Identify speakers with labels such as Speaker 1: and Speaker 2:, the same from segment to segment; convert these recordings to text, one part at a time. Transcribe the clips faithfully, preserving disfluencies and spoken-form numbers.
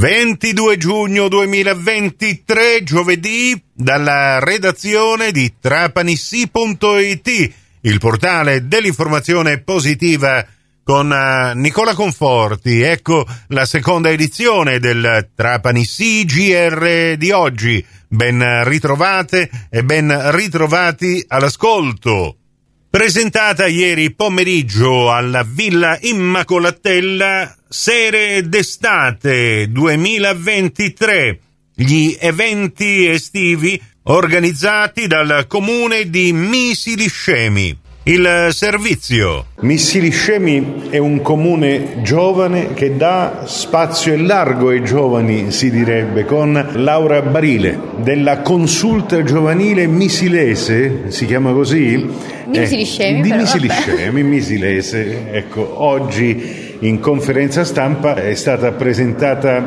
Speaker 1: ventidue giugno duemilaventitré, giovedì, dalla redazione di Trapanissi punto it, il portale dell'informazione positiva con Nicola Conforti. Ecco la seconda edizione del Trapanissi G R di oggi. Ben ritrovate e ben ritrovati all'ascolto. Presentata ieri pomeriggio alla Villa Immacolatella, Sere d'estate duemilaventitré, gli eventi estivi organizzati dal comune di Misiliscemi. Il servizio.
Speaker 2: Misiliscemi è un comune giovane che dà spazio e largo ai giovani, si direbbe, con Laura Barile della Consulta Giovanile Misilese, si chiama così?
Speaker 3: Di Misiliscemi,
Speaker 2: eh, di
Speaker 3: però,
Speaker 2: Misiliscemi, Misilese. Ecco, oggi in conferenza stampa è stata presentata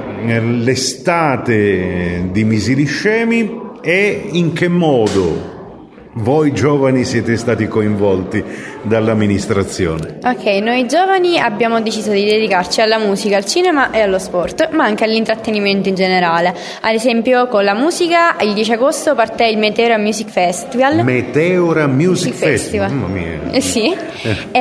Speaker 2: l'estate di Misiliscemi. E in che modo voi giovani siete stati coinvolti dall'amministrazione?
Speaker 3: Ok, noi giovani abbiamo deciso di dedicarci alla musica, al cinema e allo sport, ma anche all'intrattenimento in generale. Ad esempio, con la musica, il dieci agosto parte il Meteora Music Festival.
Speaker 2: Meteora Music, Music Festival.
Speaker 3: Festival. Mamma mia. Eh sì, eh.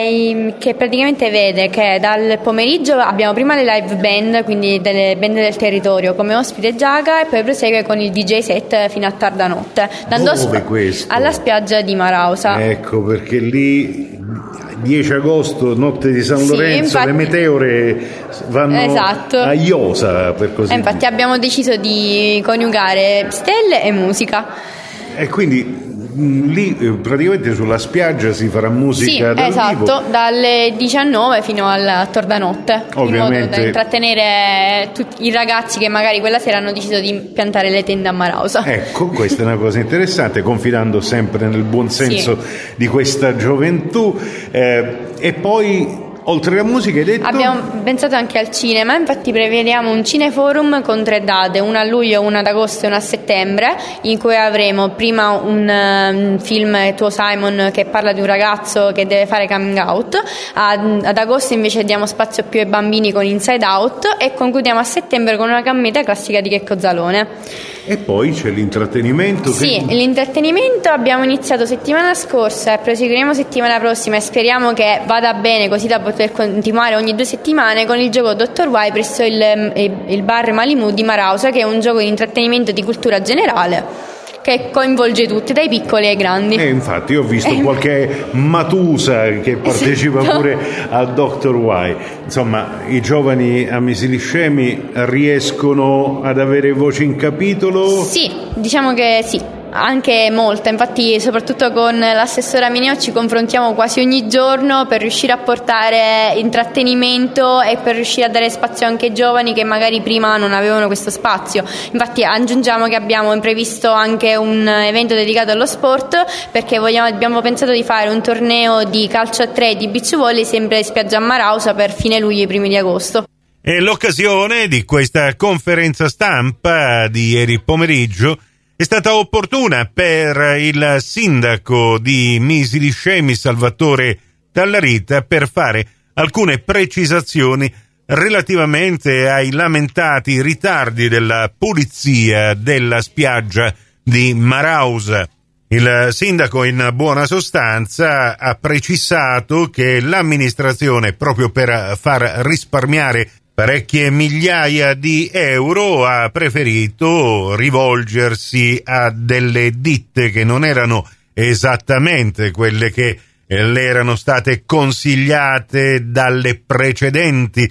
Speaker 3: E, che praticamente vede che dal pomeriggio abbiamo prima le live band, quindi delle band del territorio, come ospite Giaga, e poi prosegue con il D J set fino a tarda notte.
Speaker 2: Dove sp- questo?
Speaker 3: Alla spiaggia di Marausa.
Speaker 2: Ecco, perché lì dieci agosto, notte di San
Speaker 3: sì,
Speaker 2: Lorenzo,
Speaker 3: infatti,
Speaker 2: le meteore vanno
Speaker 3: esatto.
Speaker 2: a iosa, per così
Speaker 3: dire. Infatti abbiamo deciso di coniugare stelle e musica.
Speaker 2: E quindi lì praticamente sulla spiaggia si farà musica
Speaker 3: sì,
Speaker 2: dal
Speaker 3: esatto,
Speaker 2: vivo.
Speaker 3: Dalle diciannove fino alla tardanotte,
Speaker 2: ovviamente,
Speaker 3: in modo da intrattenere tutti i ragazzi che magari quella sera hanno deciso di piantare le tende a Marausa.
Speaker 2: Ecco, questa è una cosa interessante, confidando sempre nel buon senso sì. di questa gioventù. Eh, e poi oltre alla musica hai detto?
Speaker 3: Abbiamo pensato anche al cinema, infatti prevediamo un cineforum con tre date, una a luglio, una ad agosto e una a settembre, in cui avremo prima un, un film, Tuo Simon, che parla di un ragazzo che deve fare coming out, ad, ad agosto invece diamo spazio più ai bambini con Inside Out e concludiamo a settembre con una gammeta classica di Checco Zalone.
Speaker 2: E poi c'è l'intrattenimento.
Speaker 3: Sì,
Speaker 2: che...
Speaker 3: l'intrattenimento abbiamo iniziato settimana scorsa e proseguiremo settimana prossima e speriamo che vada bene, così da poter continuare ogni due settimane con il gioco dottor Y presso il, il bar Malibu di Marausa, che è un gioco di intrattenimento di cultura generale che coinvolge tutti, dai piccoli ai grandi.
Speaker 2: E infatti io ho visto qualche matusa che partecipa esatto. pure al dottor Y. Insomma, i giovani a Misiliscemi riescono ad avere voce in capitolo?
Speaker 3: Sì, diciamo che sì. Anche molta, infatti soprattutto con l'assessora Mineo ci confrontiamo quasi ogni giorno per riuscire a portare intrattenimento e per riuscire a dare spazio anche ai giovani che magari prima non avevano questo spazio. Infatti aggiungiamo che abbiamo previsto anche un evento dedicato allo sport, perché vogliamo, abbiamo pensato di fare un torneo di calcio a tre e di beach volley sempre in spiaggia a Marausa per fine luglio e primi di agosto.
Speaker 1: E l'occasione di questa conferenza stampa di ieri pomeriggio è stata opportuna per il sindaco di Misiliscemi, Salvatore Tallarita, per fare alcune precisazioni relativamente ai lamentati ritardi della pulizia della spiaggia di Marausa. Il sindaco, in buona sostanza, ha precisato che l'amministrazione, proprio per far risparmiare parecchie migliaia di euro, ha preferito rivolgersi a delle ditte che non erano esattamente quelle che le erano state consigliate dalle precedenti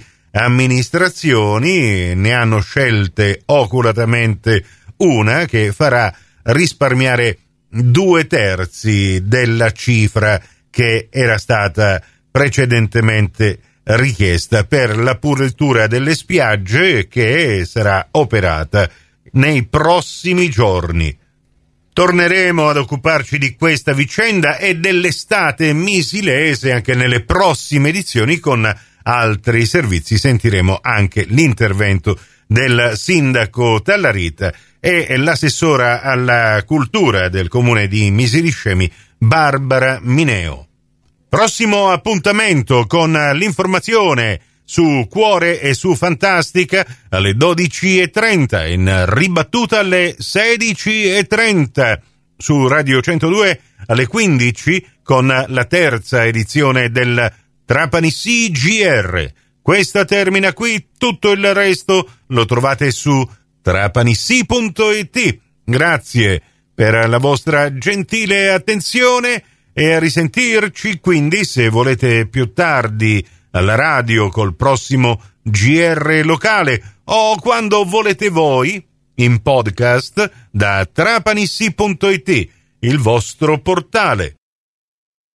Speaker 1: amministrazioni. Ne hanno scelte oculatamente una che farà risparmiare due terzi della cifra che era stata precedentemente richiesta per la pulitura delle spiagge, che sarà operata nei prossimi giorni. Torneremo ad occuparci di questa vicenda e dell'estate misilese anche nelle prossime edizioni con altri servizi. Sentiremo anche l'intervento del sindaco Tallarita e l'assessora alla cultura del comune di Misiliscemi, Barbara Mineo. Prossimo appuntamento con l'informazione su Cuore e su Fantastica alle dodici e trenta, in ribattuta alle sedici e trenta, su Radio centodue alle quindici con la terza edizione del Trapani C G R. Questa termina qui, tutto il resto lo trovate su trapanic punto it. Grazie per la vostra gentile attenzione e a risentirci quindi, se volete, più tardi alla radio col prossimo G R locale o quando volete voi in podcast da trapanic punto it, il vostro portale.